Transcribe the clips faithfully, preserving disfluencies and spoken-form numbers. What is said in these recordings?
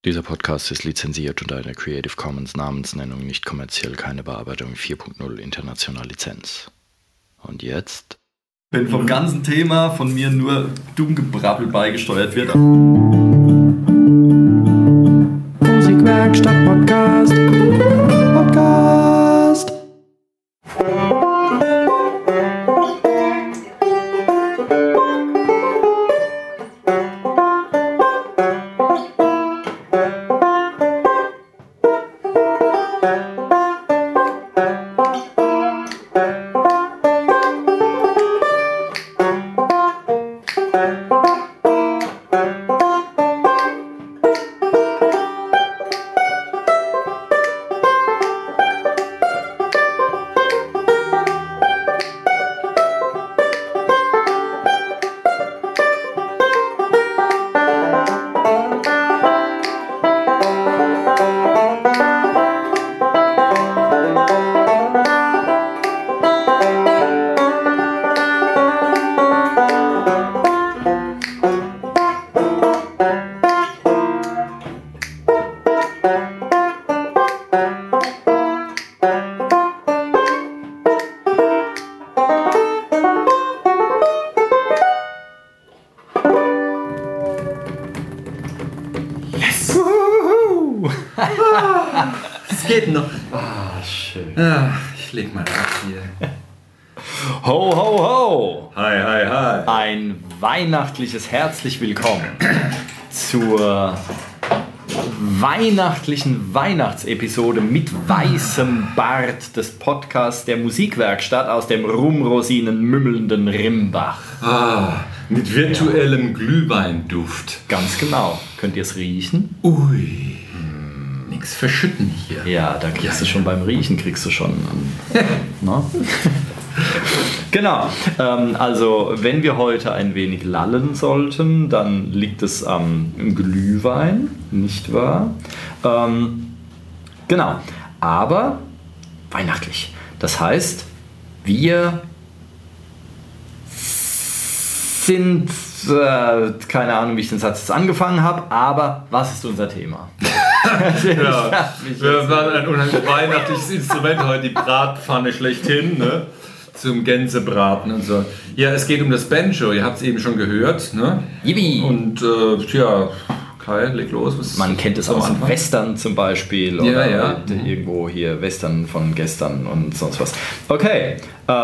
Dieser Podcast ist lizenziert unter einer Creative Commons Namensnennung nicht kommerziell, keine Bearbeitung vier Punkt null internationaler Lizenz. Und jetzt? Wenn vom ganzen Thema von mir nur Dummgebrabbel beigesteuert wird. Musikwerkstatt Podcast. Podcast. Es geht noch. Ah, schön. Ah, ich leg mal ab hier. Ho, ho, ho! Hi, hi, hi. Ein weihnachtliches herzlich willkommen zur weihnachtlichen Weihnachtsepisode mit weißem Bart des Podcasts der Musikwerkstatt aus dem rumrosinen, mümmelnden Rimbach. Ah, mit virtuellem Glühweinduft. Ganz genau. Könnt ihr es riechen? Ui. Nix verschütten hier. Ja, da kriegst du schon beim Riechen, kriegst du schon. Ne? Genau. Ähm, also, wenn wir heute ein wenig lallen sollten, dann liegt es am Glühwein, nicht wahr? Ähm, genau. Aber weihnachtlich. Das heißt, wir sind, äh, keine Ahnung, wie ich den Satz jetzt angefangen habe, aber was ist unser Thema? Ja, wir waren ein unheimlich weihnachtliches Instrument heute, die Bratpfanne schlechthin, ne? Zum Gänsebraten und so. Ja, es geht um das Banjo, ihr habt es eben schon gehört, ne? Yippie. Und äh, tja, Kai, leg los. Was Man kennt es aus Western zum Beispiel oder ja, ja. irgendwo hier Western von gestern und sonst was. Okay,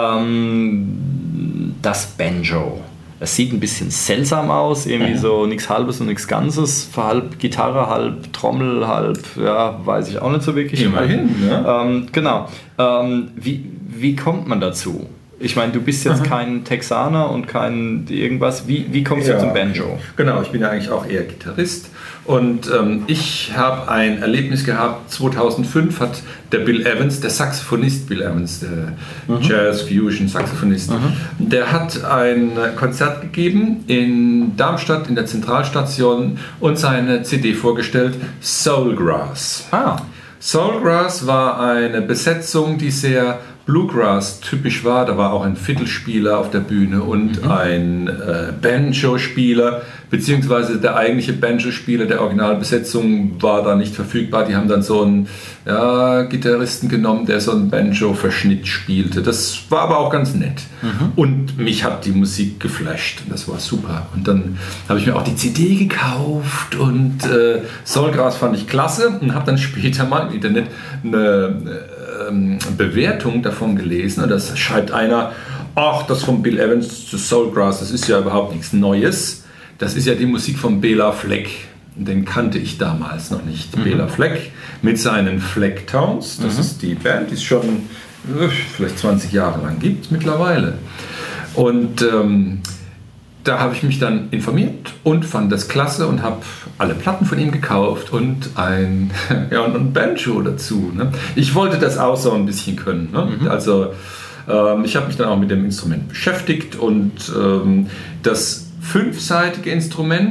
ähm, das Banjo. Es sieht ein bisschen seltsam aus, irgendwie so nichts Halbes und nichts Ganzes, halb Gitarre, halb Trommel, halb, ja, weiß ich auch nicht so wirklich. Immerhin, ne? Ähm, genau. Ähm, wie, wie kommt man dazu? Ich meine, du bist jetzt Aha. kein Texaner und kein irgendwas. Wie, wie kommst ja. du zum Banjo? Genau, ich bin ja eigentlich auch eher Gitarrist. Und ähm, ich habe ein Erlebnis gehabt, zweitausendfünf hat der Bill Evans, der Saxophonist Bill Evans, der mhm. Jazz-Fusion-Saxophonist, mhm. der hat ein Konzert gegeben in Darmstadt in der Zentralstation und seine C D vorgestellt, Soulgrass. Ah. Soulgrass war eine Besetzung, die sehr Bluegrass-typisch war. Da war auch ein Fiddlespieler auf der Bühne und mhm. ein äh, Banjo-Spieler, beziehungsweise der eigentliche Banjo-Spieler der Originalbesetzung war da nicht verfügbar. Die haben dann so einen ja, Gitarristen genommen, der so einen Banjo-Verschnitt spielte. Das war aber auch ganz nett. Mhm. Und mich hat die Musik geflasht. Das war super. Und dann habe ich mir auch die C D gekauft und äh, Soulgrass fand ich klasse und habe dann später mal im Internet eine Bewertung davon gelesen und das schreibt einer, ach, das von Bill Evans zu Soulgrass, das ist ja überhaupt nichts Neues, das ist ja die Musik von Bela Fleck, den kannte ich damals noch nicht, mhm. Bela Fleck mit seinen Flecktones, das mhm. ist die Band, die es schon äh, vielleicht zwanzig Jahre lang gibt mittlerweile und ähm, da habe ich mich dann informiert und fand das klasse und habe alle Platten von ihm gekauft und ein, ja, und ein Banjo dazu. Ne? Ich wollte das auch so ein bisschen können. Ne? Mhm. Also ähm, ich habe mich dann auch mit dem Instrument beschäftigt und ähm, das fünfseitige Instrument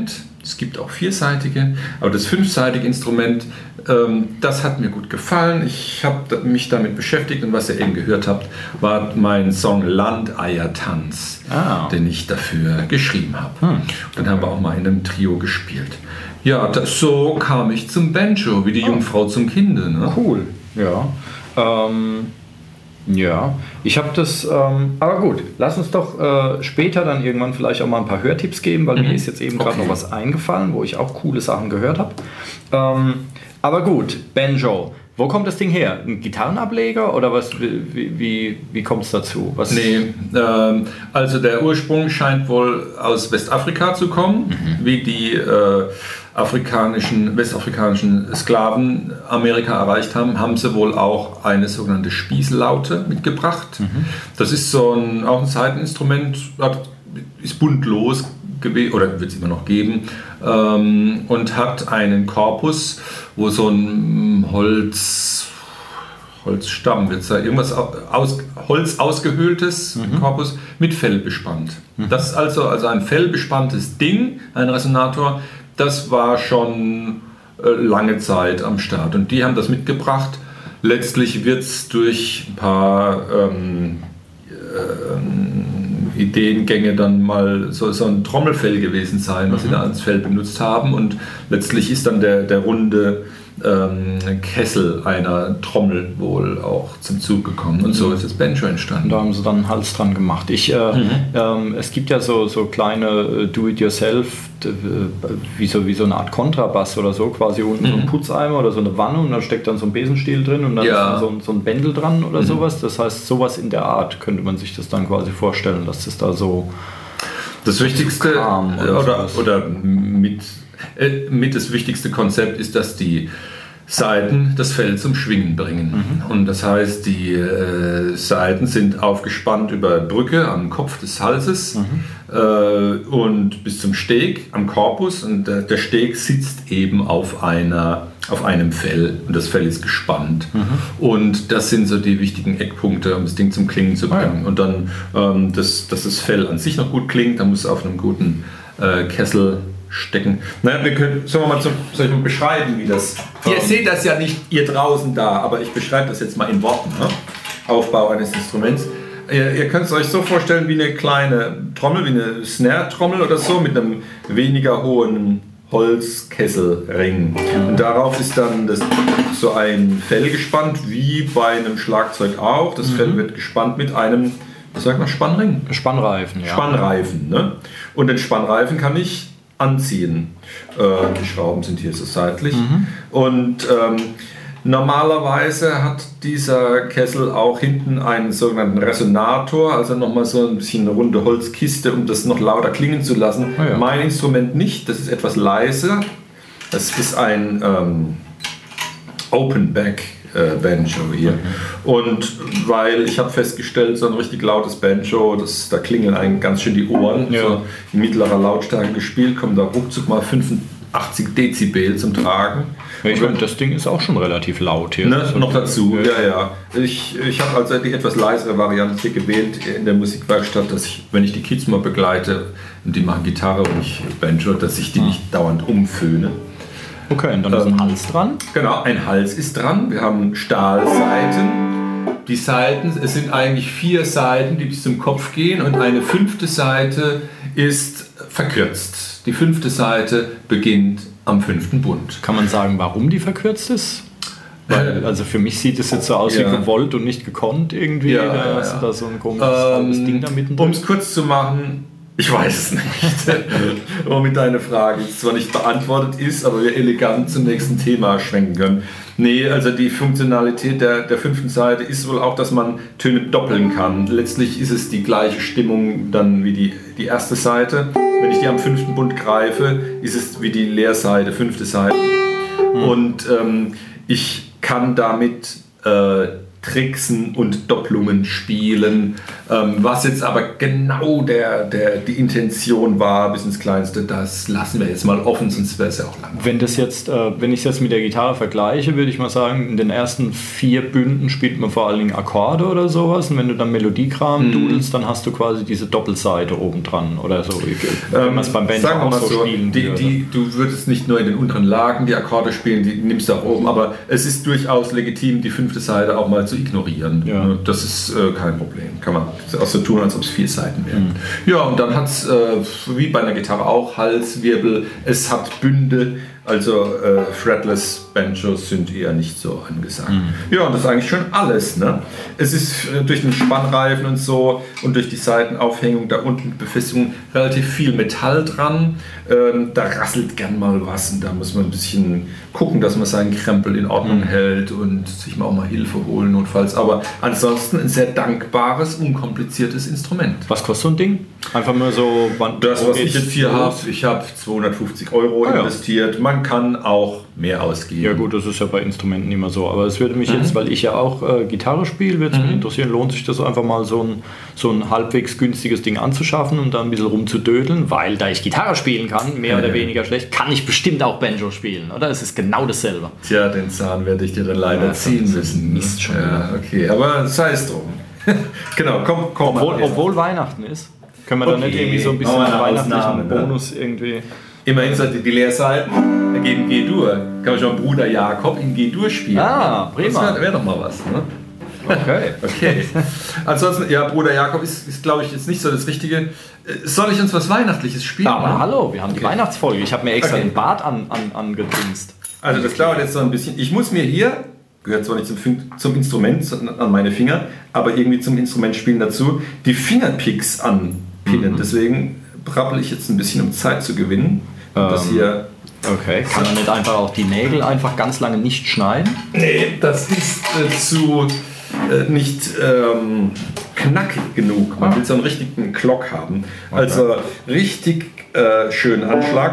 Es gibt auch vierseitige, aber das fünfseitige Instrument, ähm, das hat mir gut gefallen. Ich habe mich damit beschäftigt und was ihr eben gehört habt, war mein Song Landeiertanz, ah. den ich dafür geschrieben habe. Hm. Dann haben wir auch mal in einem Trio gespielt. Ja, das, so kam ich zum Banjo, wie die oh. Jungfrau zum Kinde. Ne? Cool, ja. Ähm, ja, ich habe das, ähm, aber gut, lass uns doch äh, später dann irgendwann vielleicht auch mal ein paar Hörtipps geben, weil mhm. mir ist jetzt eben gerade okay. noch was eingefallen, wo ich auch coole Sachen gehört habe. Ähm, aber gut, Banjo. Wo kommt das Ding her? Ein Gitarrenableger oder was? Wie, wie, wie kommt es dazu? Was? Nee, ähm, also der Ursprung scheint wohl aus Westafrika zu kommen, mhm. wie die äh, afrikanischen, westafrikanischen Sklaven Amerika erreicht haben, haben sie wohl auch eine sogenannte Spießlaute mitgebracht. Mhm. Das ist so ein, auch ein Saiteninstrument, ist buntlos gewesen, oder wird es immer noch geben, ähm, und hat einen Korpus, wo so ein Holz, Holzstamm, wird da irgendwas aus, Holz ausgehöhltes mhm. Korpus mit Fell bespannt. Mhm. Das ist also, also ein fellbespanntes Ding, ein Resonator, das war schon äh, lange Zeit am Start und die haben das mitgebracht. Letztlich wird es durch ein paar ähm, ähm, Ideengänge dann mal so, so ein Trommelfell gewesen sein, was mhm. sie da als Fell benutzt haben und letztlich ist dann der, der runde ähm, Kessel einer Trommel wohl auch zum Zug gekommen und so ist das Banjo entstanden. Da haben sie dann einen Hals dran gemacht. Ich, äh, mhm. ähm, es gibt ja so, so kleine Do-it-yourself, wie so, wie so eine Art Kontrabass oder so, quasi unten mhm. so ein Putzeimer oder so eine Wanne und da steckt dann so ein Besenstiel drin und dann ja. ist dann so ein, so ein Bändel dran oder mhm. sowas. Das heißt, sowas in der Art könnte man sich das dann quasi vorstellen, dass das da so das Wichtigste oder, oder, oder mit, äh, mit das wichtigste Konzept ist, dass die Saiten das Fell zum Schwingen bringen. Mhm. Und das heißt, die äh, Saiten sind aufgespannt über Brücke am Kopf des Halses mhm. äh, und bis zum Steg am Korpus. Und der, der Steg sitzt eben auf, einer, auf einem Fell und das Fell ist gespannt. Mhm. Und das sind so die wichtigen Eckpunkte, um das Ding zum Klingen zu bringen. Ah, ja. Und dann, ähm, das, dass das Fell an sich noch gut klingt, dann muss es auf einem guten äh, Kessel stecken. Naja, wir können, sollen wir mal zum, soll ich mal beschreiben, wie das... Ihr ähm, seht das ja nicht, ihr draußen da, aber ich beschreibe das jetzt mal in Worten. Ne? Aufbau eines Instruments. Ihr, ihr könnt es euch so vorstellen wie eine kleine Trommel, wie eine Snare-Trommel oder so, mit einem weniger hohen Holzkesselring. Und darauf ist dann das, so ein Fell gespannt, wie bei einem Schlagzeug auch. Das mhm. Fell wird gespannt mit einem, was sagt man, Spannring? Spannreifen, ja. Spannreifen, ne? Und den Spannreifen kann ich anziehen. Äh, die Schrauben sind hier so seitlich. Mhm. Und ähm, normalerweise hat dieser Kessel auch hinten einen sogenannten Resonator, also nochmal so ein bisschen eine runde Holzkiste, um das noch lauter klingen zu lassen. Oh ja. Mein Instrument nicht, das ist etwas leiser. Das ist ein ähm, Open-Back äh, Banjo hier. Mhm. Und weil ich habe festgestellt, so ein richtig lautes Banjo, das, da klingeln einem ganz schön die Ohren. Ja. So in mittlerer Lautstärke gespielt, kommen da ruckzuck mal fünfundachtzig Dezibel zum Tragen. Ja, ich meine, das Ding ist auch schon relativ laut hier. Ne, noch dazu, ja, ja. Ich, ich habe also die etwas leisere Variante hier gewählt in der Musikwerkstatt, dass ich, wenn ich die Kids mal begleite, und die machen Gitarre und ich Banjo, dass ich die nicht dauernd umföhne. Okay, und dann ist ein Hals dran? Genau, ein Hals ist dran. Wir haben Stahlsaiten. Die Saiten, es sind eigentlich vier Saiten, die bis zum Kopf gehen und eine fünfte Seite ist verkürzt. Die fünfte Seite beginnt am fünften Bund. Kann man sagen, warum die verkürzt ist? Weil, also für mich sieht es jetzt so aus ja. wie gewollt und nicht gekonnt irgendwie. Ja, da ja, hast ja. du da so ein komisches ähm, Ding da mittendrin. Um es kurz zu machen, ich weiß es nicht, womit deine Frage jetzt zwar nicht beantwortet ist, aber wir elegant zum nächsten Thema schwenken können. Nee, also die Funktionalität der, der fünften Seite ist wohl auch, dass man Töne doppeln kann. Letztlich ist es die gleiche Stimmung dann wie die, die erste Seite. Wenn ich die am fünften Bund greife, ist es wie die Leerseite, fünfte Seite. Mhm. Und ähm, ich kann damit äh, Tricksen und Doppelungen spielen. Ähm, was jetzt aber genau der, der, die Intention war, bis ins Kleinste, das lassen wir jetzt mal offen, sonst wäre es ja auch lang. Wenn das jetzt, äh, wenn ich es jetzt mit der Gitarre vergleiche, würde ich mal sagen, in den ersten vier Bünden spielt man vor allen Dingen Akkorde oder sowas. Und wenn du dann Melodiekram mhm. dudelst, dann hast du quasi diese Doppelseite oben dran oder so. Wenn ähm, man es beim Banjo sagen wir auch mal so, so spielen die, würde. Die, du würdest nicht nur in den unteren Lagen die Akkorde spielen, die nimmst du auch oben, aber es ist durchaus legitim, die fünfte Seite auch mal zu ignorieren. Ja. Das ist äh, kein Problem. Kann man auch so tun, als ob es vier Seiten wären. Mhm. Ja, und dann hat es, äh, wie bei einer Gitarre auch, Halswirbel, es hat Bünde, also äh, Fretless Banjos sind eher nicht so angesagt. Mhm. Ja, und das ist eigentlich schon alles. Ne? Es ist äh, durch den Spannreifen und so und durch die Seitenaufhängung da unten Befestigung relativ viel Metall dran. Ähm, da rasselt gern mal was und da muss man ein bisschen gucken, dass man seinen Krempel in Ordnung mhm. hält und sich mal auch mal Hilfe holen notfalls. Aber ansonsten ein sehr dankbares, unkompliziertes Instrument. Was kostet so ein Ding? Einfach mal so... Wann, das, was ich jetzt hier habe, ich habe zweihundertfünfzig Euro ah, investiert. Ja. Man kann auch mehr ausgeben. Ja gut, das ist ja bei Instrumenten immer so. Aber es würde mich mhm. jetzt, weil ich ja auch äh, Gitarre spiele, würde es mhm. mich interessieren, lohnt sich das einfach mal so ein, so ein halbwegs günstiges Ding anzuschaffen und da ein bisschen rumzudödeln, weil da ich Gitarre spielen kann, mehr ja. oder weniger schlecht, kann ich bestimmt auch Banjo spielen, oder? Es ist genau dasselbe. Tja, den Zahn werde ich dir dann leider ja, ziehen müssen. Mist schon. Ja, okay, aber sei es drum. Genau, komm, komm. Obwohl, obwohl Weihnachten ist, können wir okay. da nicht irgendwie so ein bisschen einen weihnachtlichen Ausnahme, Bonus ne? irgendwie... Immerhin sind die, die Leerseiten, da geht G-Dur. Kann ich auch Bruder Jakob in G-Dur spielen. Ah, prima. Das wäre wär doch mal was. Ne? Okay. okay. Ansonsten, ja, Bruder Jakob ist, ist glaube ich, jetzt nicht so das Richtige. Soll ich uns was Weihnachtliches spielen? Aber ne? hallo, wir haben okay. die Weihnachtsfolge. Ich habe mir extra okay. den Bart an, an, angedingst. Also das dauert jetzt so ein bisschen. Ich muss mir hier, gehört zwar nicht zum, zum Instrument, an meine Finger, aber irgendwie zum Instrumentspielen dazu, die Fingerpicks anpinnen. Mhm. Deswegen brabbel ich jetzt ein bisschen, um Zeit zu gewinnen. Ähm, das hier okay, kann man nicht einfach auch die Nägel einfach ganz lange nicht schneiden? Nee, das ist äh, zu äh, nicht ähm, knackig genug. Man ah. will so einen richtigen Klock haben. Okay. Also richtig äh, schönen Anschlag.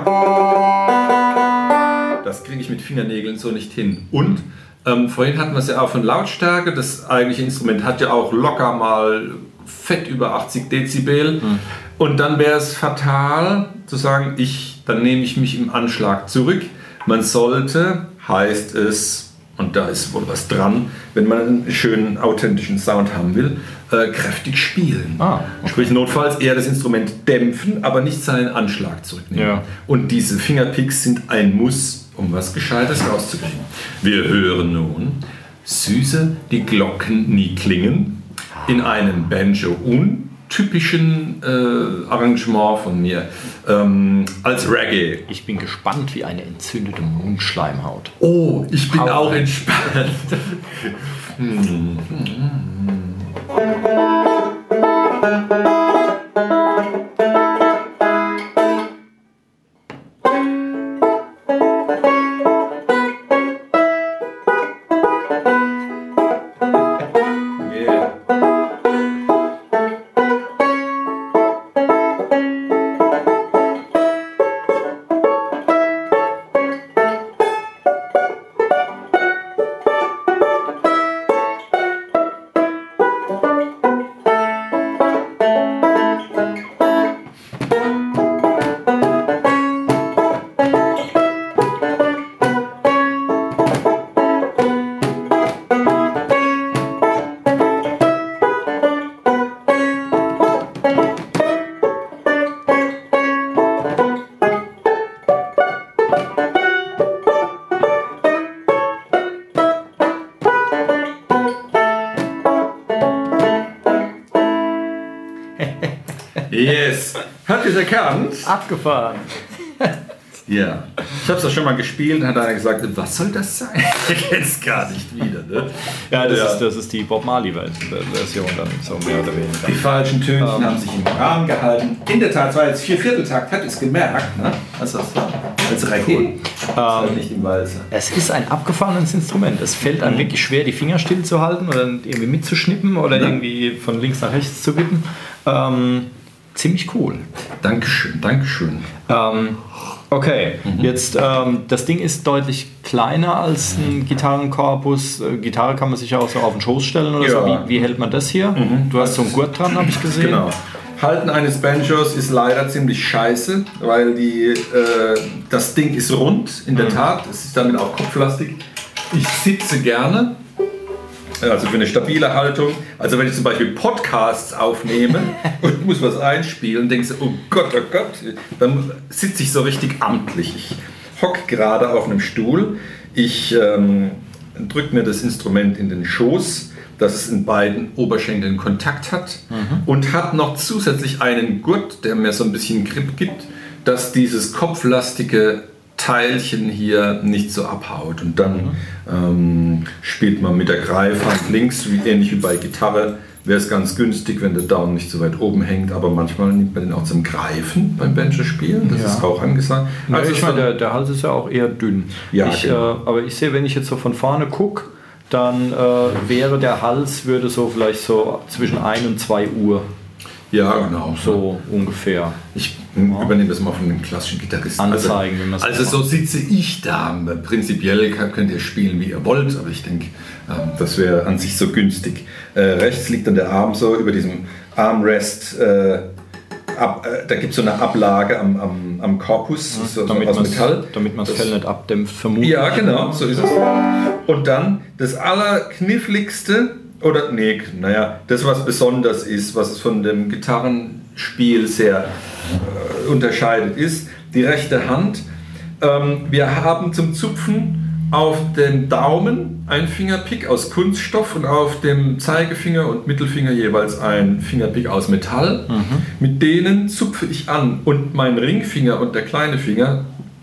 Das kriege ich mit Fingernägeln so nicht hin. Und ähm, vorhin hatten wir es ja auch von Lautstärke. Das eigentliche Instrument hat ja auch locker mal fett über achtzig Dezibel. Hm. Und dann wäre es fatal zu sagen, ich, dann nehme ich mich im Anschlag zurück. Man sollte, heißt es, und da ist wohl was dran, wenn man einen schönen, authentischen Sound haben will, äh, kräftig spielen. Ah, okay. Sprich notfalls eher das Instrument dämpfen, aber nicht seinen Anschlag zurücknehmen. Ja. Und diese Fingerpicks sind ein Muss, um was Gescheites rauszukriegen. Wir hören nun Süße, die Glocken nie klingen, in einem Banjo un typischen äh, Arrangement von mir ähm, als Reggae. Ich bin gespannt wie eine entzündete Mundschleimhaut. Oh, ich bin Au. auch entspannt. hm. Yes. Habt ihr es erkannt? Abgefahren. Ja. Ich habe es doch schon mal gespielt und hat einer gesagt, was soll das sein? Ich kenne es gar nicht wieder. Ne? Ja, das, ja. Ist, das ist die Bob Marley-Version dann, so mehr oder weniger. Die falschen Tönchen um. haben sich im Rahmen gehalten. In der Tat, es war jetzt Viervierteltakt, hat es gemerkt. Ne? Was das war? Als Reggae. Cool. Ähm, nicht im Walzer. Es ist ein abgefahrenes Instrument. Es fällt einem mhm. wirklich schwer, die Finger stillzuhalten oder irgendwie mitzuschnippen oder ja. irgendwie von links nach rechts zu wippen. Ähm, ziemlich cool. Dankeschön, Dankeschön. Ähm, Okay, mhm. jetzt ähm, das Ding ist deutlich kleiner als ein Gitarrenkorpus. Äh, Gitarre kann man sich ja auch so auf den Schoß stellen oder ja. so. Wie, wie hält man das hier? Mhm. Du hast so einen Gurt dran, habe ich gesehen. Genau. Halten eines Banjos ist leider ziemlich scheiße, weil die, äh, das Ding ist rund, in der mhm. Tat. Es ist damit auch kopflastig. Ich sitze gerne. Also für eine stabile Haltung. Also wenn ich zum Beispiel Podcasts aufnehme und muss was einspielen, denkst du, oh Gott, oh Gott, dann sitze ich so richtig amtlich. Ich hocke gerade auf einem Stuhl, ich ähm, drücke mir das Instrument in den Schoß, dass es in beiden Oberschenkeln Kontakt hat mhm. und hat noch zusätzlich einen Gurt, der mir so ein bisschen Grip gibt, dass dieses kopflastige Teilchen hier nicht so abhaut. Und dann mhm. ähm, spielt man mit der Greifhand links, wie, ähnlich wie bei Gitarre, wäre es ganz günstig, wenn der Daumen nicht so weit oben hängt, aber manchmal nimmt man den auch zum Greifen beim Banjo-Spielen, das ja. ist auch angesagt. Also ja, ich meine, der, der Hals ist ja auch eher dünn. Ja, ich, genau. äh, aber ich sehe, wenn ich jetzt so von vorne gucke, dann äh, wäre der Hals, würde so vielleicht so zwischen ein und zwei Uhr. Ja, genau. So ja. ungefähr. Ich ja. übernehme das mal von den klassischen Gitarristen. Anzeigen, also, also so sitze ich da. Prinzipiell könnt ihr spielen, wie ihr wollt, aber ich denke, das wäre an sich so günstig. Äh, rechts liegt dann der Arm so über diesem Armrest. Äh, ab, äh, da gibt es so eine Ablage am, am, am Korpus, ja, so, damit so aus Metall. Damit man das Fell nicht abdämpft, vermutlich. Ja, genau, so ist es. Und dann das allerkniffligste, oder nee, naja, das was besonders ist, was es von dem Gitarrenspiel sehr äh, unterscheidet, ist die rechte Hand. Ähm, wir haben zum Zupfen auf dem Daumen ein Fingerpick aus Kunststoff und auf dem Zeigefinger und Mittelfinger jeweils ein Fingerpick aus Metall. Mhm. Mit denen zupfe ich an und mein Ringfinger und der kleine Finger,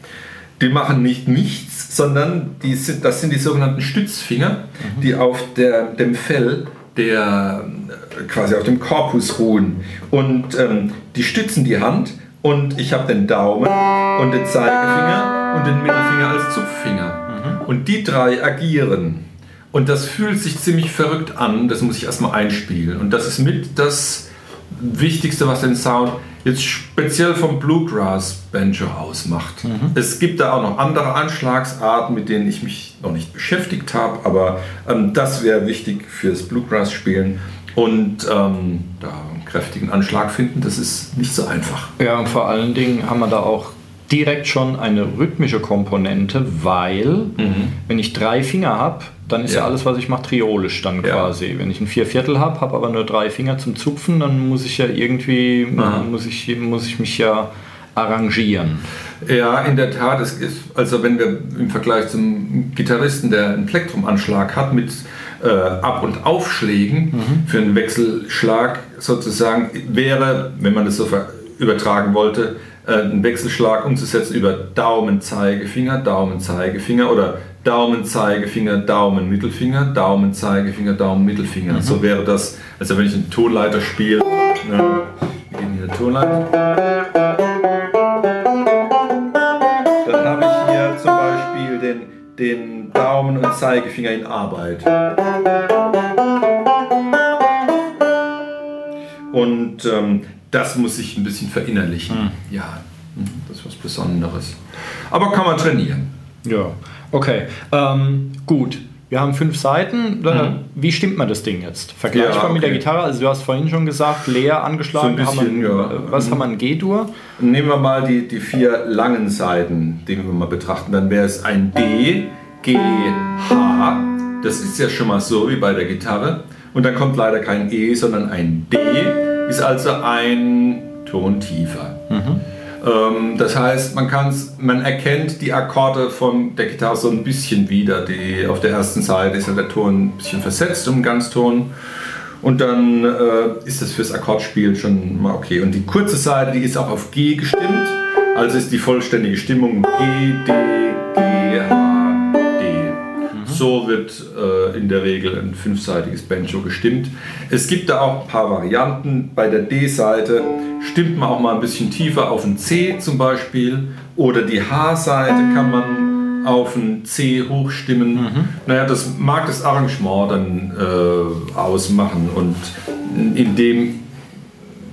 die machen nicht nichts, sondern die sind, das sind die sogenannten Stützfinger, mhm. die auf der, dem Fell, der quasi auf dem Korpus ruhen. Und ähm, die stützen die Hand und ich habe den Daumen und den Zeigefinger und den Mittelfinger als Zupffinger. Mhm. Und die drei agieren. Und das fühlt sich ziemlich verrückt an, das muss ich erstmal einspielen. Und das ist mit das Wichtigste, was den Sound jetzt speziell vom Bluegrass-Banjo ausmacht. Mhm. Es gibt da auch noch andere Anschlagsarten, mit denen ich mich noch nicht beschäftigt habe, aber ähm, das wäre wichtig fürs Bluegrass-Spielen. Und ähm, da einen kräftigen Anschlag finden, das ist nicht so einfach. Ja, und vor allen Dingen haben wir da auch direkt schon eine rhythmische Komponente, weil mhm. wenn ich drei Finger habe, dann ist ja. ja alles, was ich mache, triolisch dann ja. quasi. Wenn ich ein Vierviertel habe, habe aber nur drei Finger zum Zupfen, dann muss ich ja irgendwie, muss ich, muss ich mich ja arrangieren. Ja, in der Tat. Es ist, also wenn wir im Vergleich zum Gitarristen, der einen Plektrumanschlag hat mit äh, Ab- und Aufschlägen mhm. für einen Wechselschlag sozusagen, wäre, wenn man das so übertragen wollte, einen Wechselschlag umzusetzen über Daumen, Zeigefinger, Daumen, Zeigefinger oder Daumen, Zeigefinger, Daumen, Mittelfinger, Daumen, Zeigefinger, Daumen, Mittelfinger. Mhm. So wäre das, also wenn ich einen Tonleiter spiele, äh, wir gehen hier Tonleiter, dann habe ich hier zum Beispiel den, den Daumen und Zeigefinger in Arbeit. Und ähm, das muss ich ein bisschen verinnerlichen. Mhm. Ja, das ist was Besonderes. Aber kann man trainieren. Ja, okay. Ähm, gut, wir haben fünf Seiten. Mhm. Wie stimmt man das Ding jetzt? Vergleichbar ja, okay. mit der Gitarre. Also du hast vorhin schon gesagt, leer angeschlagen. So ein bisschen, haben wir, ja. Was mhm. haben wir in G-Dur? Nehmen wir mal die, die vier langen Seiten, die wir mal betrachten. Dann wäre es ein D, G, H. Das ist ja schon mal so wie bei der Gitarre. Und dann kommt leider kein E, sondern ein D. Ist also ein Ton tiefer. Mhm. Ähm, das heißt, man, kann's, man erkennt die Akkorde von der Gitarre so ein bisschen wieder. Die, auf der ersten Seite ist ja der Ton ein bisschen versetzt um einen Ganzton. Und dann äh, ist das fürs Akkordspiel schon mal okay. Und die kurze Seite, die ist auch auf G gestimmt. Also ist die vollständige Stimmung G, D, G, H. So wird äh, in der Regel ein fünfseitiges Banjo gestimmt. Es gibt da auch ein paar Varianten. Bei der D-Seite stimmt man auch mal ein bisschen tiefer auf ein C zum Beispiel. Oder die H-Seite kann man auf ein C hochstimmen. Mhm. Naja, das mag das Arrangement dann äh, ausmachen. Und in dem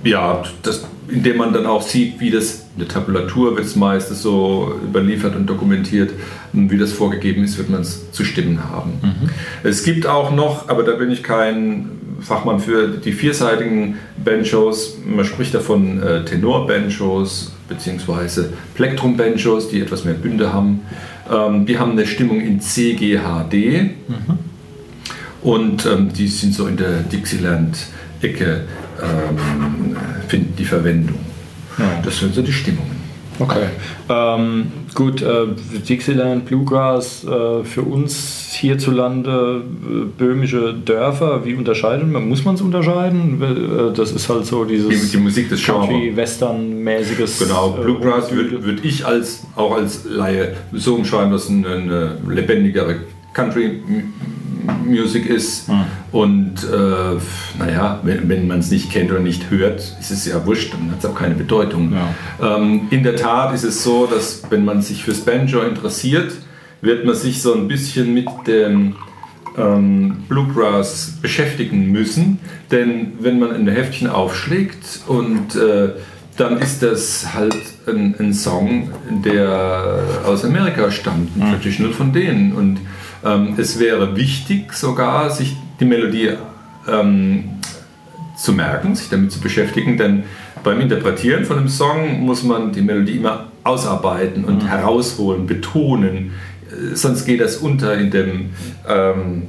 Ja, das, indem man dann auch sieht, wie das in der Tabulatur wird es meistens so überliefert und dokumentiert, und wie das vorgegeben ist, wird man es zu stimmen haben. Mhm. Es gibt auch noch, aber da bin ich kein Fachmann für, die vierseitigen Banjos. Man spricht davon äh, Tenor-Banjos bzw. Plektrum-Banjos, die etwas mehr Bünde haben. Ähm, die haben eine Stimmung in C G H D mhm. und ähm, die sind so in der Dixieland-Ecke, ähm, finden die Verwendung. Ja. Das sind so die Stimmungen. Okay. Ähm, gut, äh, Dixieland, Bluegrass, äh, für uns hierzulande äh, böhmische Dörfer, wie unterscheidet man? Muss man es unterscheiden? Äh, das ist halt so dieses die, die Musik des Country-Western-mäßiges. Genau, Bluegrass äh, würde würd ich als, auch als Laie so umschreiben, dass eine, eine lebendigere Country-Musik ist. Hm. Und äh, naja, wenn, wenn man es nicht kennt oder nicht hört, ist es ja wurscht, dann hat es auch keine Bedeutung. Ja. Ähm, in der Tat ist es so, dass wenn man sich fürs Banjo interessiert, wird man sich so ein bisschen mit dem ähm, Bluegrass beschäftigen müssen. Denn wenn man ein Heftchen aufschlägt und äh, dann ist das halt ein, ein Song, der aus Amerika stammt, ein Traditional von denen. Und ähm, es wäre wichtig sogar, sich die Melodie ähm, zu merken, sich damit zu beschäftigen, denn beim Interpretieren von einem Song muss man die Melodie immer ausarbeiten und mhm. herausholen, betonen, sonst geht das unter in dem ähm,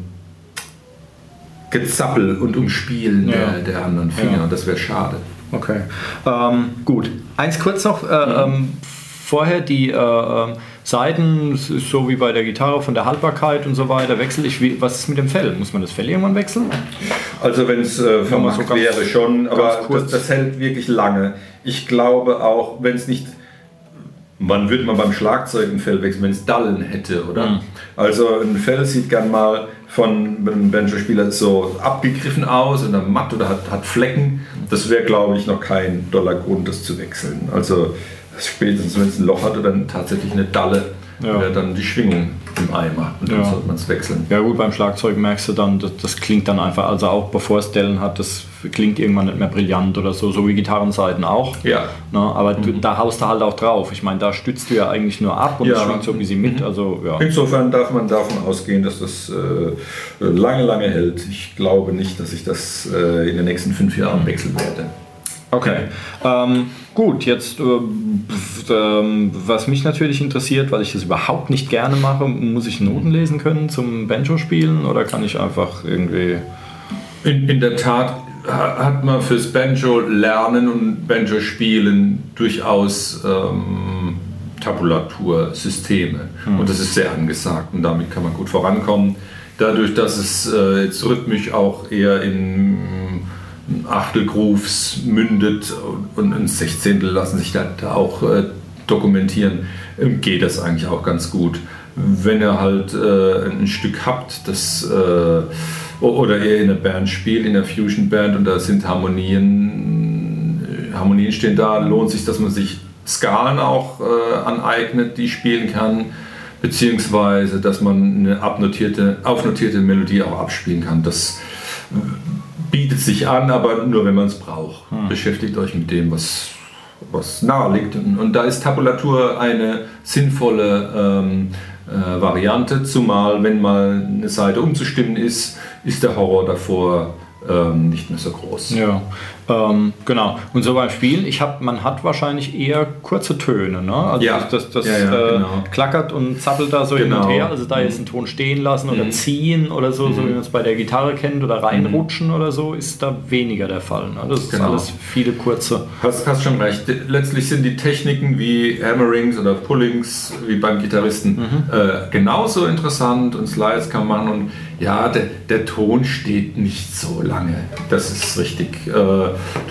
Gezappel und Umspielen ja. der, der anderen Finger ja. und das wäre schade. Okay, ähm, gut. Eins kurz noch, äh, mhm. ähm, vorher die äh, Saiten, so wie bei der Gitarre von der Haltbarkeit und so weiter, wechsle ich. Wie, was ist mit dem Fell? Muss man das Fell irgendwann wechseln? Also wenn es äh, vermacht so wäre schon, aber das, das hält wirklich lange. Ich glaube auch, wenn es nicht, wann würde man beim Schlagzeug ein Fell wechseln, wenn es Dallen hätte, oder? Mhm. Also ein Fell sieht gern mal von einem Banjo-Spieler so abgegriffen aus oder matt oder hat, hat Flecken. Das wäre, glaube ich, noch kein doller Grund, das zu wechseln. Also spätestens, wenn es ein Loch hat oder tatsächlich eine Dalle, ja. wäre dann die Schwingung im Eimer und dann ja. sollte man es wechseln. Ja gut, beim Schlagzeug merkst du dann, das, das klingt dann einfach, also auch bevor es Dellen hat, das klingt irgendwann nicht mehr brillant oder so, so wie Gitarrenseiten auch. Ja. Ne, aber mhm. du, da haust du halt auch drauf. Ich meine, da stützt du ja eigentlich nur ab und es ja. schwingt so ein bisschen mit. Mhm. Also, ja. Insofern darf man davon ausgehen, dass das äh, lange, lange hält. Ich glaube nicht, dass ich das äh, in den nächsten fünf Jahren wechseln werde. Okay, ähm, gut, jetzt äh, äh, was mich natürlich interessiert, weil ich das überhaupt nicht gerne mache, muss ich Noten lesen können zum Banjo spielen oder kann ich einfach irgendwie... In, in der Tat hat man fürs Banjo lernen und Banjo spielen durchaus ähm, Tabulatursysteme hm. und das ist sehr angesagt und damit kann man gut vorankommen. Dadurch, dass es äh, jetzt rhythmisch auch eher in Achtelgrooves mündet und ein Sechzehntel lassen sich da, da auch äh, dokumentieren, geht das eigentlich auch ganz gut. Wenn ihr halt äh, ein Stück habt, das äh, oder ihr in einer Band spielt, in einer Fusion Band und da sind Harmonien, Harmonien stehen da, lohnt sich, dass man sich Skalen auch äh, aneignet, die spielen kann, beziehungsweise dass man eine abnotierte, aufnotierte Melodie auch abspielen kann. Das bietet sich an, aber nur wenn man es braucht. Hm. Beschäftigt euch mit dem, was, was nahe liegt. Und, und da ist Tabulatur eine sinnvolle ähm, äh, Variante, zumal wenn mal eine Seite umzustimmen ist, ist der Horror davor ähm, nicht mehr so groß. Ja, ähm, genau. Und so beim Spielen, ich hab, man hat wahrscheinlich eher kurze Töne, ne? Also ja. das, das, das ja, ja, äh, genau. klackert und zappelt da so genau. hin und her, also da jetzt einen Ton stehen lassen oder mhm. ziehen oder so, mhm. so wie man es bei der Gitarre kennt oder reinrutschen mhm. oder so, ist da weniger der Fall. Ne? Das ist genau. alles viele kurze. Hast, hast schon recht. Letztlich sind die Techniken wie Hammerings oder Pullings, wie beim Gitarristen, mhm. äh, genauso interessant und Slides kann man machen und ja, der, der Ton steht nicht so lange. Das ist richtig. Äh,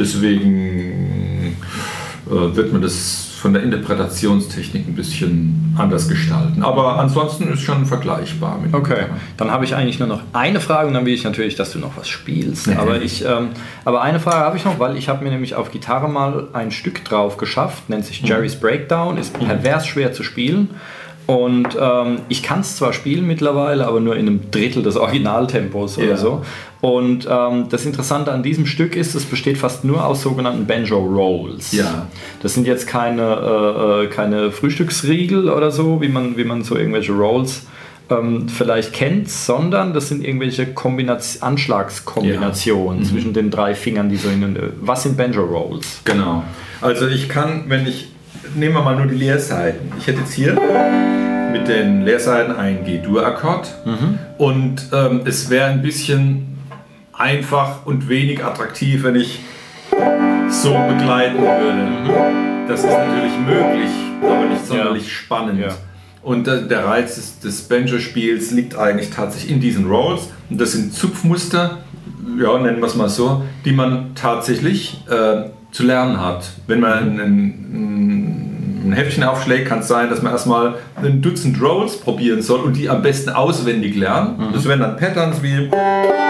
deswegen äh, wird man das von der Interpretationstechnik ein bisschen anders gestalten. Aber ansonsten ist schon vergleichbar mit Okay, Gitarre. Dann habe ich eigentlich nur noch eine Frage und dann will ich natürlich, dass du noch was spielst. Nee. Aber, ich, ähm, aber eine Frage habe ich noch, weil ich habe mir nämlich auf Gitarre mal ein Stück drauf geschafft, nennt sich Jerry's Breakdown, ist pervers schwer zu spielen. Und ähm, ich kann es zwar spielen mittlerweile, aber nur in einem Drittel des Originaltempos oder Ja. so. Und ähm, das Interessante an diesem Stück ist, es besteht fast nur aus sogenannten Banjo-Rolls. Ja. Das sind jetzt keine, äh, äh, keine Frühstücksriegel oder so, wie man, wie man so irgendwelche Rolls ähm, vielleicht kennt, sondern das sind irgendwelche Kombinaz- Anschlagskombinationen Ja. Mhm. zwischen den drei Fingern, die so in den, was sind Banjo-Rolls? Genau. Also ich kann, wenn ich, nehmen wir mal nur die Leerseiten. Ich hätte jetzt hier mit den Leerseiten ein G-Dur-Akkord und ähm, es wäre ein bisschen einfach und wenig attraktiv, wenn ich so begleiten würde. Das ist natürlich möglich, aber nicht sonderlich Ja. spannend. Ja. Und äh, der Reiz des, des Banjo-Spiels liegt eigentlich tatsächlich in diesen Rolls. Und das sind Zupfmuster, ja, nennen wir es mal so, die man tatsächlich äh, zu lernen hat. Wenn man ein, ein, ein Heftchen aufschlägt, kann es sein, dass man erstmal ein Dutzend Rolls probieren soll und die am besten auswendig lernen. Mhm. Das wären dann Patterns wie... Und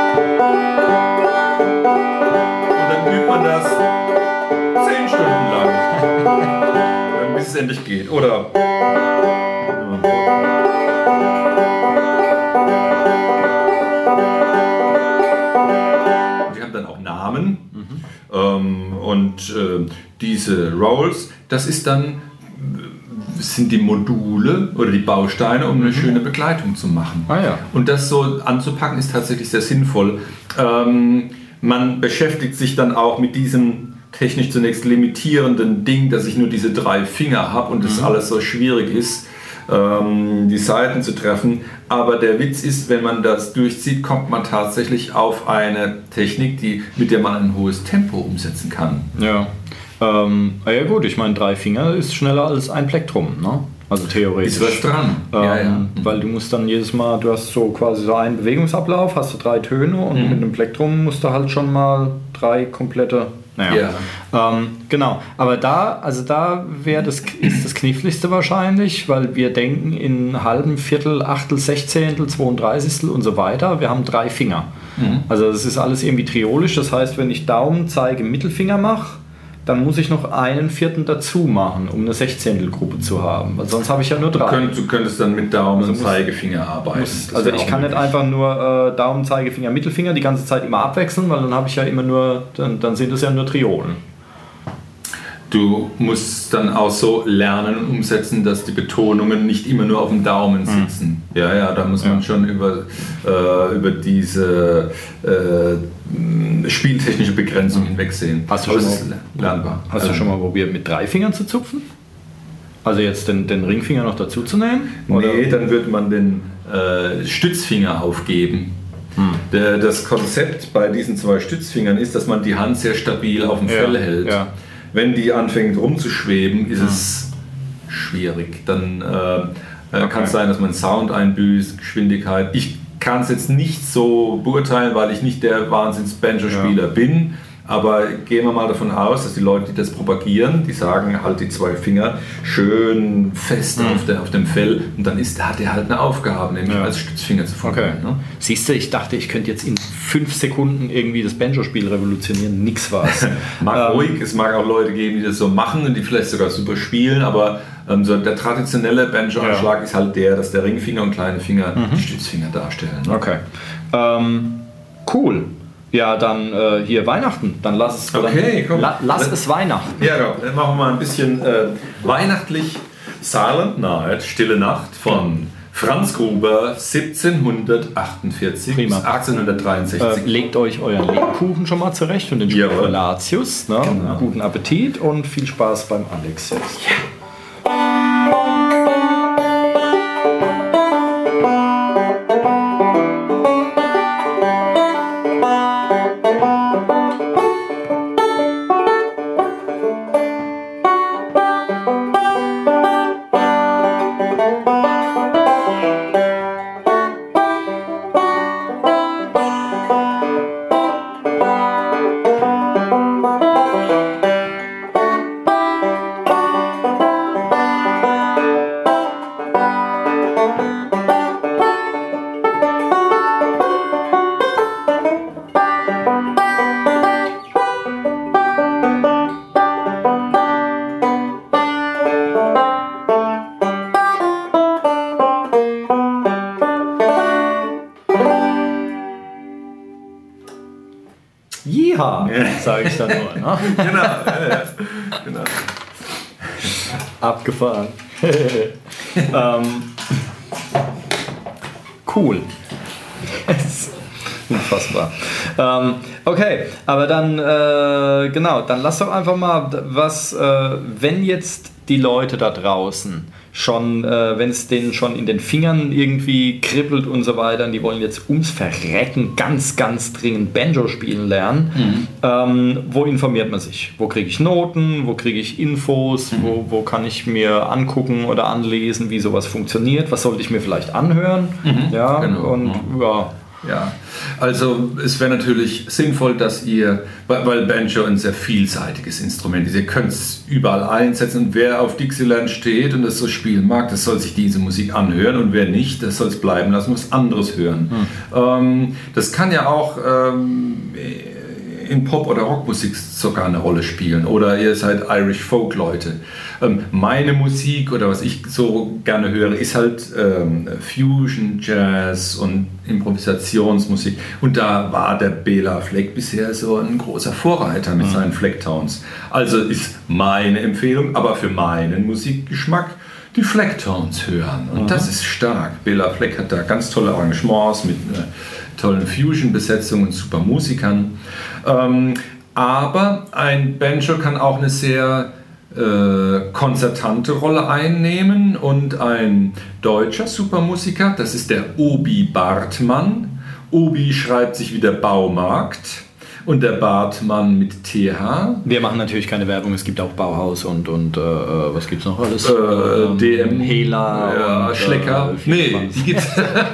dann übt man das zehn Stunden lang, bis es endlich geht. Oder... Die haben dann auch Namen. Mhm. Ähm, und äh, diese Rolls, das ist dann, sind die Module oder die Bausteine, um eine mhm. schöne Begleitung zu machen. Ah, ja. Und das so anzupacken ist tatsächlich sehr sinnvoll. Ähm, man beschäftigt sich dann auch mit diesem technisch zunächst limitierenden Ding, dass ich nur diese drei Finger habe und das mhm. alles so schwierig ist, ähm, die Saiten zu treffen. Aber der Witz ist, wenn man das durchzieht, kommt man tatsächlich auf eine Technik, die, mit der man ein hohes Tempo umsetzen kann. Ja, ähm, ja gut, ich meine, drei Finger ist schneller als ein Plektrum, ne? Also theoretisch. Ist was dran. Ähm, ja, ja. Weil du musst dann jedes Mal, du hast so quasi so einen Bewegungsablauf, hast du drei Töne und mhm. mit einem Plektrum musst du halt schon mal drei komplette. Naja. Ja. Ähm, genau, aber da, also da wäre das, ist das Kniffligste wahrscheinlich, weil wir denken in halben, Viertel, Achtel, Sechzehntel, Zweiunddreißigstel und so weiter. Wir haben drei Finger. Mhm. Also das ist alles irgendwie triolisch. Das heißt, wenn ich Daumen, Zeige, Mittelfinger mache, dann muss ich noch einen vierten dazu machen, um eine Sechzehntelgruppe zu haben. Weil sonst habe ich ja nur drei. Du könntest, du könntest dann mit Daumen und Zeigefinger arbeiten. Muss, also ich kann nicht einfach nur äh, Daumen, Zeigefinger, Mittelfinger die ganze Zeit immer abwechseln, weil dann habe ich ja immer nur, dann, dann sind es ja nur Triolen. Du musst dann auch so lernen und umsetzen, dass die Betonungen nicht immer nur auf dem Daumen sitzen. Mhm. Ja, ja, da muss man ja. schon über, äh, über diese äh, spieltechnische Begrenzung mhm. hinwegsehen. Hast du schon mal, lernbar. Hast du schon mal probiert, mit drei Fingern zu zupfen? Also jetzt den, den Ringfinger noch dazu zu nehmen? Oder? Nee, dann würde man den äh, Stützfinger aufgeben. Hm. Der, das Konzept bei diesen zwei Stützfingern ist, dass man die Hand sehr stabil auf dem ja. Fell hält. Ja. Wenn die anfängt rumzuschweben, ist mhm. es schwierig. Dann äh, okay. kann es sein, dass man Sound einbüßt, Geschwindigkeit. Ich kann es jetzt nicht so beurteilen, weil ich nicht der Wahnsinns-Banjo-Spieler ja. bin. Aber gehen wir mal davon aus, dass die Leute, die das propagieren, die sagen, halt die zwei Finger schön fest mhm. auf, der, auf dem Fell und dann ist, hat er halt eine Aufgabe, nämlich ja. als Stützfinger zu fungieren. Okay. Ne? Siehst du, ich dachte, ich könnte jetzt in fünf Sekunden irgendwie das Banjo-Spiel revolutionieren. Nix war's. mag ähm, ruhig, es mag auch Leute geben, die das so machen und die vielleicht sogar super spielen, aber ähm, so der traditionelle Banjo-Anschlag ja. ist halt der, dass der Ringfinger und kleine Finger mhm. die Stützfinger darstellen. Ne? Okay. Ähm, cool. Ja, dann äh, hier Weihnachten. Dann lass es, okay, dann, la, lass es Weihnachten. Ja, genau. Dann machen wir mal ein bisschen äh, weihnachtlich Silent Night, Stille Nacht von Franz Gruber, siebzehnhundertachtundvierzig Prima. bis achtzehnhundertdreiundsechzig. Äh, legt euch euren Lebkuchen schon mal zurecht und den Spekulatius. Ne? Genau. Guten Appetit und viel Spaß beim Alex jetzt. Ja. Yeehaw, sage ich dann nur. Ne? Genau, ja, ja. Genau. Abgefahren. ähm, cool. Unfassbar. Ähm, okay, aber dann, äh, genau, dann lass doch einfach mal was, äh, wenn jetzt die Leute da draußen schon, äh, wenn es denen schon in den Fingern irgendwie kribbelt und so weiter, und die wollen jetzt ums Verrecken ganz, ganz dringend Banjo spielen lernen, mhm. ähm, wo informiert man sich? Wo kriege ich Noten? Wo kriege ich Infos? Mhm. Wo, wo kann ich mir angucken oder anlesen, wie sowas funktioniert? Was sollte ich mir vielleicht anhören? Mhm. Ja, genau. Und ja. Ja, also es wäre natürlich sinnvoll, dass ihr, weil, weil Banjo ein sehr vielseitiges Instrument ist, ihr könnt es überall einsetzen, und wer auf Dixieland steht und das so spielen mag, das soll sich diese Musik anhören, und wer nicht, das soll es bleiben lassen, muss anderes hören. Hm. Ähm, das kann ja auch ähm, in Pop- oder Rockmusik sogar eine Rolle spielen, oder ihr seid Irish Folk-Leute. Ähm, meine Musik oder was ich so gerne höre, ist halt ähm, Fusion, Jazz und Improvisationsmusik, und da war der Bela Fleck bisher so ein großer Vorreiter mit mhm. seinen Flecktones. Also ist meine Empfehlung, aber für meinen Musikgeschmack, die Flecktones hören, und mhm. das ist stark. Bela Fleck hat da ganz tolle Arrangements mit einer tollen Fusion-Besetzung und super Musikern. Ähm, aber ein Banjo kann auch eine sehr äh, konzertante Rolle einnehmen, und ein deutscher Supermusiker, das ist der Obi Bartmann. Obi schreibt sich wie der Baumarkt und der Bartmann mit T H. Wir machen natürlich keine Werbung, es gibt auch Bauhaus und, und äh, was gibt es noch alles? Äh, ähm, D M, Hela, ja, und, Schlecker. Äh, nee, die gibt's.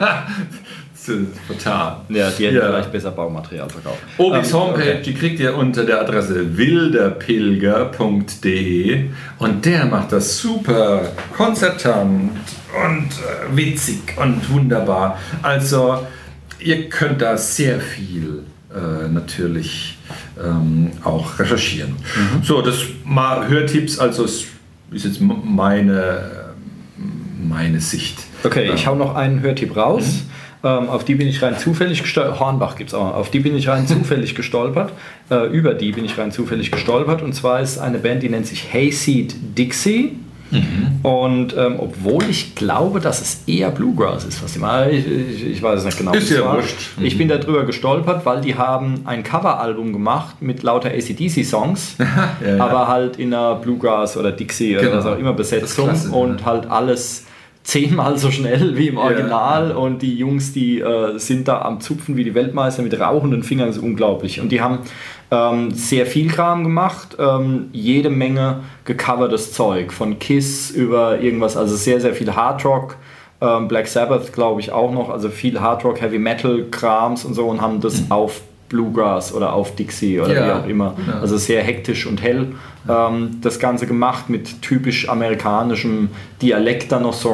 Total. Ja, die hätten ja. vielleicht besser Baumaterial verkauft. Obis ähm, Homepage, okay. Die kriegt ihr unter der Adresse wilderpilger punkt de, und der macht das super konzertant und äh, witzig und wunderbar. Also ihr könnt da sehr viel äh, natürlich ähm, auch recherchieren. Mhm. So, das mal Hörtipps, also ist jetzt meine, meine Sicht. Okay, ich hau noch einen Hörtipp raus. Mhm. Ähm, auf die bin ich rein zufällig gestolpert. Hornbach gibt es auch. Auf die bin ich rein zufällig gestolpert. Äh, über die bin ich rein zufällig gestolpert. Und zwar ist eine Band, die nennt sich Hayseed Dixie. Mhm. Und ähm, obwohl ich glaube, dass es eher Bluegrass ist, was die machen, ich, ich, ich weiß es nicht genau. Ist ja wurscht. Mhm. Ich bin darüber gestolpert, weil die haben ein Coveralbum gemacht mit lauter A C D C-Songs, ja, ja. aber halt in einer Bluegrass oder Dixie genau. oder was auch immer Besetzung, klasse, und ja. halt alles zehnmal so schnell wie im Original, ja. und die Jungs, die äh, sind da am Zupfen wie die Weltmeister mit rauchenden Fingern, das ist unglaublich. Und die haben ähm, sehr viel Kram gemacht, ähm, jede Menge gecovertes Zeug, von Kiss über irgendwas, also sehr, sehr viel Hardrock, ähm, Black Sabbath glaube ich auch noch, also viel Hardrock, Heavy Metal Krams und so, und haben das mhm. auf Bluegrass oder auf Dixie oder ja. wie auch immer, ja. also sehr hektisch und hell ähm, das Ganze gemacht mit typisch amerikanischem Dialekt dann noch so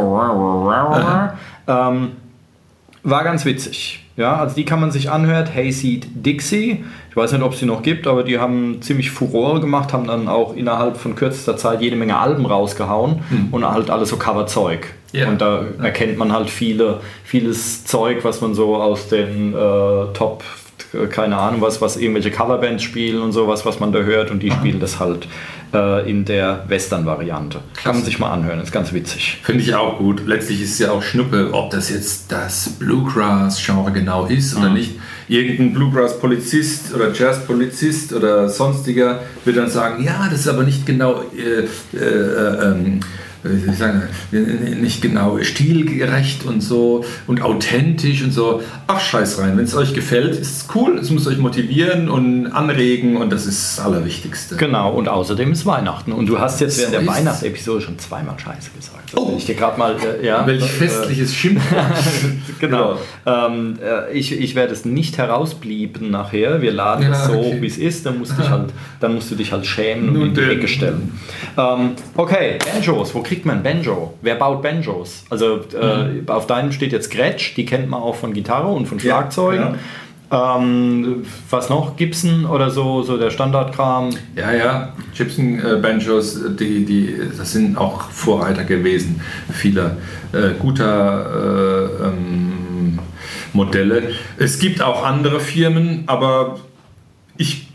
ähm, war ganz witzig. Ja, also die kann man sich anhören, Hayseed Dixie, ich weiß nicht, ob es die noch gibt, aber die haben ziemlich Furore gemacht, haben dann auch innerhalb von kürzester Zeit jede Menge Alben rausgehauen mhm. und halt alles so Coverzeug. Ja. Und da erkennt man halt viele, vieles Zeug, was man so aus den äh, Top, keine Ahnung was, was irgendwelche Coverbands spielen und sowas, was man da hört, und die Aha. spielen das halt äh, in der Western-Variante. Klasse. Kann man sich mal anhören, ist ganz witzig. Finde ich auch gut. Letztlich ist es ja auch Schnuppe, ob das jetzt das Bluegrass-Genre genau ist oder mhm. nicht. Irgendein Bluegrass-Polizist oder Jazz-Polizist oder sonstiger wird dann sagen, ja, das ist aber nicht genau äh, äh, ähm, ich sage, nicht genau stilgerecht und so und authentisch und so. Ach, scheiß rein. Wenn es euch gefällt, ist es cool. Es muss euch motivieren und anregen, und das ist das Allerwichtigste. Genau, und außerdem ist Weihnachten. Und du hast jetzt so während der Weihnachtsepisode schon zweimal Scheiße gesagt. Also oh, ich dir gerade mal, äh, ja, welch festliches äh, Schimpfwort. Genau. Ja. Ähm, äh, ich, ich werde es nicht herausblieben nachher. Wir laden es ja, so, okay. wie es ist. Dann musst, dich halt, dann musst du dich halt schämen und Nun in die Ecke stellen. Ähm, okay, Banjos. Wo kriegt man Banjo? Wer baut Banjos? Also äh, mhm. auf deinem steht jetzt Gretsch. Die kennt man auch von Gitarre und von Schlagzeugen. Ja, ja. Ähm, was noch? Gibson oder so, so der Standardkram? Ja, ja, Gibson äh, Banjos, die, die, das sind auch Vorreiter gewesen vieler äh, guter äh, ähm, Modelle. Es gibt auch andere Firmen, aber ich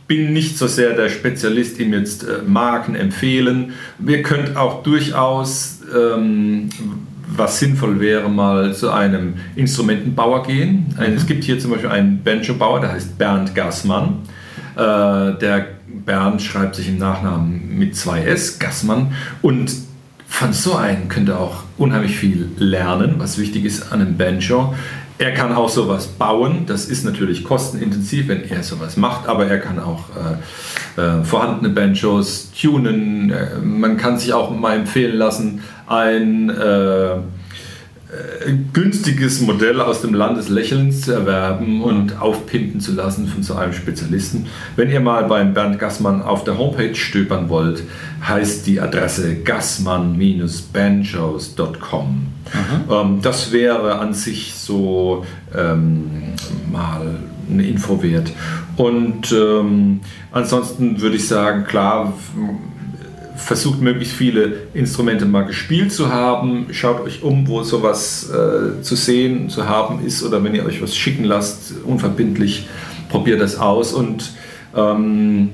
bin nicht so sehr der Spezialist, ihm jetzt äh, Marken empfehlen. Wir könnt auch durchaus, ähm, was sinnvoll wäre, mal zu einem Instrumentenbauer gehen. Mhm. Es gibt hier zum Beispiel einen Banjo-Bauer, der heißt Bernd Gassmann. Äh, der Bernd schreibt sich im Nachnamen mit zwei S, Gassmann. Und von so einem könnt ihr auch unheimlich viel lernen, was wichtig ist an einem Banjo. Er kann auch sowas bauen, das ist natürlich kostenintensiv, wenn er sowas macht, aber er kann auch äh, äh, vorhandene Banjos tunen. Äh, man kann sich auch mal empfehlen lassen, ein äh, äh, günstiges Modell aus dem Land des Lächelns zu erwerben und aufpimpen zu lassen von so einem Spezialisten. Wenn ihr mal beim Bernd Gassmann auf der Homepage stöbern wollt, heißt die Adresse gassmann banjos punkt com. Ähm, das wäre an sich so ähm, mal eine Info wert. Und ähm, ansonsten würde ich sagen, klar, versucht möglichst viele Instrumente mal gespielt zu haben. Schaut euch um, wo sowas äh, zu sehen, zu haben ist, oder wenn ihr euch was schicken lasst, unverbindlich, probiert das aus und ähm,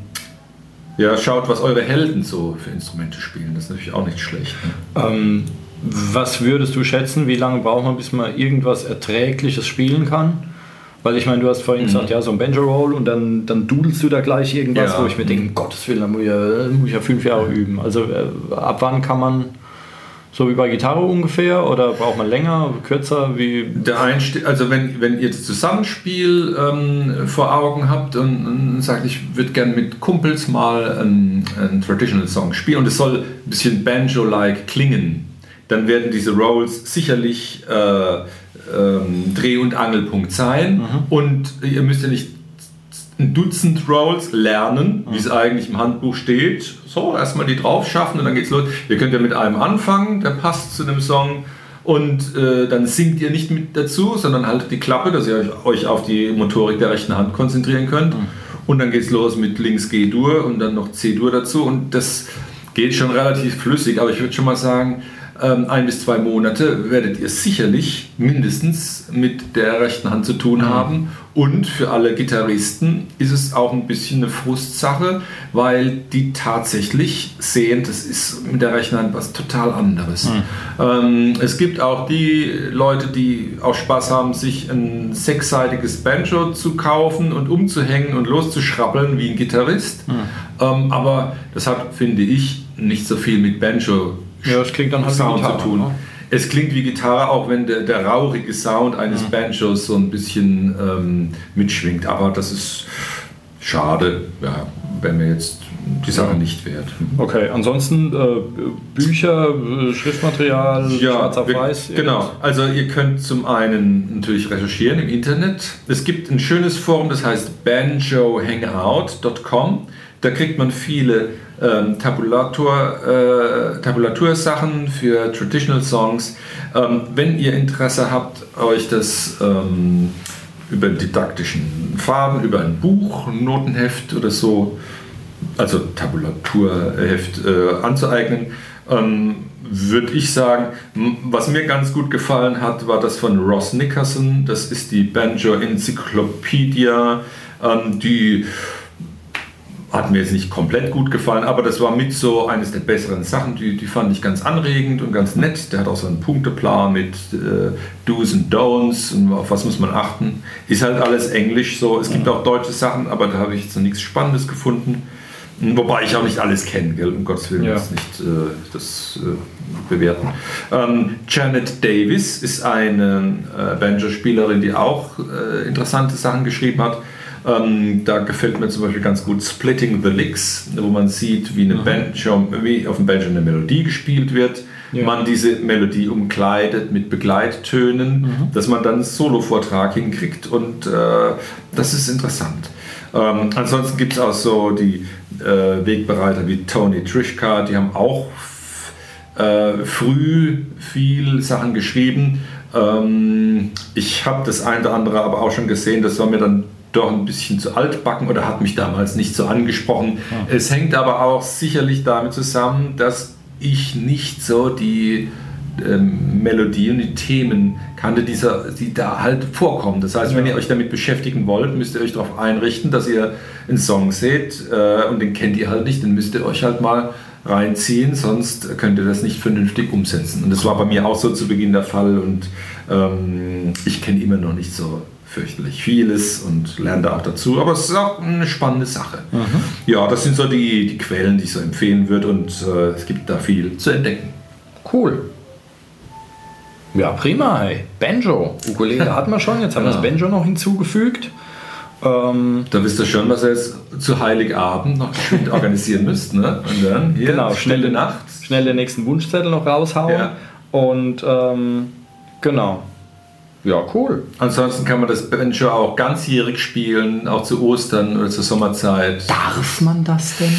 ja, schaut, was eure Helden so für Instrumente spielen. Das ist natürlich auch nicht schlecht. Ne? Ähm, was würdest du schätzen, wie lange braucht man, bis man irgendwas Erträgliches spielen kann? Weil ich meine, du hast vorhin mhm. gesagt, ja, so ein Banjo-Roll und dann, dann dudelst du da gleich irgendwas, ja. wo ich mir denke, um Gottes Willen, da muss ich ja, muss ich ja fünf Jahre üben. Also äh, ab wann kann man, so wie bei Gitarre ungefähr, oder braucht man länger, kürzer? Wie? Der Einstieg, also wenn, wenn ihr das Zusammenspiel ähm, vor Augen habt und, und sagt, ich würde gerne mit Kumpels mal einen, einen Traditional Song spielen und es soll ein bisschen Banjo-like klingen, dann werden diese Rolls sicherlich äh, ähm, Dreh- und Angelpunkt sein. Mhm. Und ihr müsst ja nicht ein Dutzend Rolls lernen, mhm. wie es eigentlich im Handbuch steht. So, erstmal die drauf schaffen und dann geht's los. Ihr könnt ja mit einem anfangen, der passt zu dem Song. Und äh, dann singt ihr nicht mit dazu, sondern haltet die Klappe, dass ihr euch, euch auf die Motorik der rechten Hand konzentrieren könnt. Mhm. Und dann geht's los mit links G-Dur und dann noch C-Dur dazu. Und das geht schon relativ flüssig, aber ich würde schon mal sagen, ein bis zwei Monate werdet ihr sicherlich mindestens mit der rechten Hand zu tun haben. Und für alle Gitarristen ist es auch ein bisschen eine Frustsache, weil die tatsächlich sehen, das ist mit der rechten Hand was total anderes. Mhm. Ähm, es gibt auch die Leute, die auch Spaß haben, sich ein sechsseitiges Banjo zu kaufen und umzuhängen und loszuschrabbeln wie ein Gitarrist. Mhm. Ähm, aber das hat, finde ich, nicht so viel mit Banjo Ja, es klingt dann halt Sound wie Gitarre, zu tun. Ne? Es klingt wie Gitarre, auch wenn der, der rauchige Sound eines mhm. Banjos so ein bisschen ähm, mitschwingt. Aber das ist schade, ja, wenn mir jetzt die Sache ja. nicht wert. Okay, ansonsten äh, Bücher, Schriftmaterial, ja, schwarz auf weiß? Genau, also ihr könnt zum einen natürlich recherchieren im Internet. Es gibt ein schönes Forum, das heißt banjo hangout punkt com. Da kriegt man viele ähm, Tabulator, äh, Tabulatur-Sachen für Traditional Songs. Ähm, wenn ihr Interesse habt, euch das ähm, über einen didaktischen Faden, über ein Buch, ein Notenheft oder so, also Tabulaturheft äh, anzueignen, ähm, würde ich sagen, was mir ganz gut gefallen hat, war das von Ross Nickerson. Das ist die Banjo Encyclopedia, ähm, die hat mir jetzt nicht komplett gut gefallen, aber das war mit so eines der besseren Sachen, die, die fand ich ganz anregend und ganz nett. Der hat auch so einen Punkteplan mit äh, Do's und Don'ts und auf was muss man achten. Ist halt alles Englisch so. Es gibt auch deutsche Sachen, aber da habe ich jetzt noch nichts Spannendes gefunden. Wobei ich auch nicht alles kenne, gell? Um Gottes Willen, ja. das nicht äh, das äh, bewerten. Ähm, Janet Davis ist eine äh, Banjo-Spielerin, die auch äh, interessante Sachen geschrieben hat. Ähm, da gefällt mir zum Beispiel ganz gut Splitting the Licks, wo man sieht, wie, eine Banjo, wie auf dem Banjo eine Melodie gespielt wird. Ja. Man diese Melodie umkleidet mit Begleittönen, mhm. dass man dann einen Solo-Vortrag hinkriegt und äh, das ist interessant. Ähm, ansonsten gibt es auch so die äh, Wegbereiter wie Tony Trischka, die haben auch äh, früh viel Sachen geschrieben. Ähm, ich habe das eine oder andere aber auch schon gesehen, das war mir dann doch ein bisschen zu altbacken oder hat mich damals nicht so angesprochen. Ja. Es hängt aber auch sicherlich damit zusammen, dass ich nicht so die ähm, Melodie und die Themen kannte, die, die da halt vorkommen. Das heißt, wenn ihr euch damit beschäftigen wollt, müsst ihr euch darauf einrichten, dass ihr einen Song seht äh, und den kennt ihr halt nicht, dann müsst ihr euch halt mal reinziehen, sonst könnt ihr das nicht vernünftig umsetzen. Und das war bei mir auch so zu Beginn der Fall und ähm, ich kenne immer noch nicht so fürchterlich vieles und lerne da auch dazu, aber es ist auch eine spannende Sache. Mhm. Ja, das sind so die, die Quellen, die ich so empfehlen würde und äh, es gibt da viel zu entdecken. Cool. Ja, prima. Hey. Banjo, Ukulele hatten wir schon, jetzt haben wir das Banjo noch hinzugefügt. Ähm, da wisst ihr schon, was ihr jetzt zu Heiligabend noch geschwind organisieren müsst. Ne? Und dann hier, genau, schnell, Nacht. Schnell den nächsten Wunschzettel noch raushauen. Ja. Und ähm, genau. Ja, cool. Ansonsten kann man das Banjo auch ganzjährig spielen, auch zu Ostern oder zur Sommerzeit. Darf man das denn?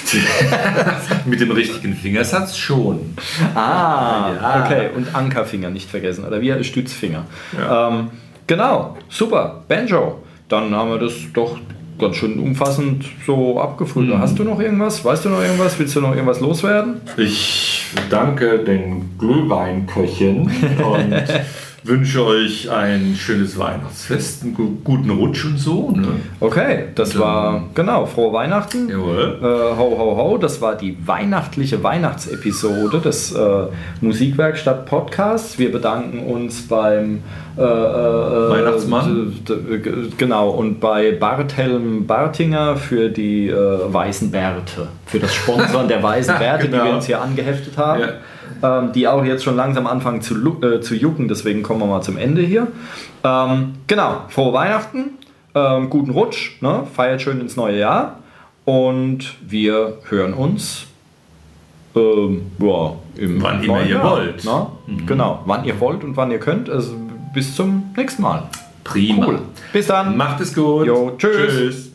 Mit dem richtigen Fingersatz schon. Ah, ja. Okay. Und Ankerfinger nicht vergessen. Oder wie Stützfinger. Ja. Ähm, genau, super. Banjo. Dann haben wir das doch ganz schön umfassend so abgefunden. Mhm. Hast du noch irgendwas? Weißt du noch irgendwas? Willst du noch irgendwas loswerden? Ich danke den Glühweinköchen und wünsche euch ein schönes Weihnachtsfest, einen guten Rutsch und so. Ne? Okay, das war, genau, frohe Weihnachten. Jawohl. Äh, ho, ho, ho, das war die weihnachtliche Weihnachtsepisode des äh, Musikwerkstatt Podcasts. Wir bedanken uns beim äh, äh, Weihnachtsmann. D- d- genau, und bei Barthelm Bartinger für die äh, weißen Bärte, für das Sponsoren der weißen Bärte, genau. Die wir uns hier angeheftet haben. Ja. Ähm, die auch jetzt schon langsam anfangen zu, äh, zu jucken, deswegen kommen wir mal zum Ende hier. Ähm, genau, frohe Weihnachten, ähm, guten Rutsch, ne? Feiert schön ins neue Jahr und wir hören uns ähm, ja, im wann immer ihr Jahr, wollt. Ne? Mhm. Genau, wann ihr wollt und wann ihr könnt. Also bis zum nächsten Mal. Prima. Cool. Bis dann. Macht es gut. Jo, tschüss. Tschüss.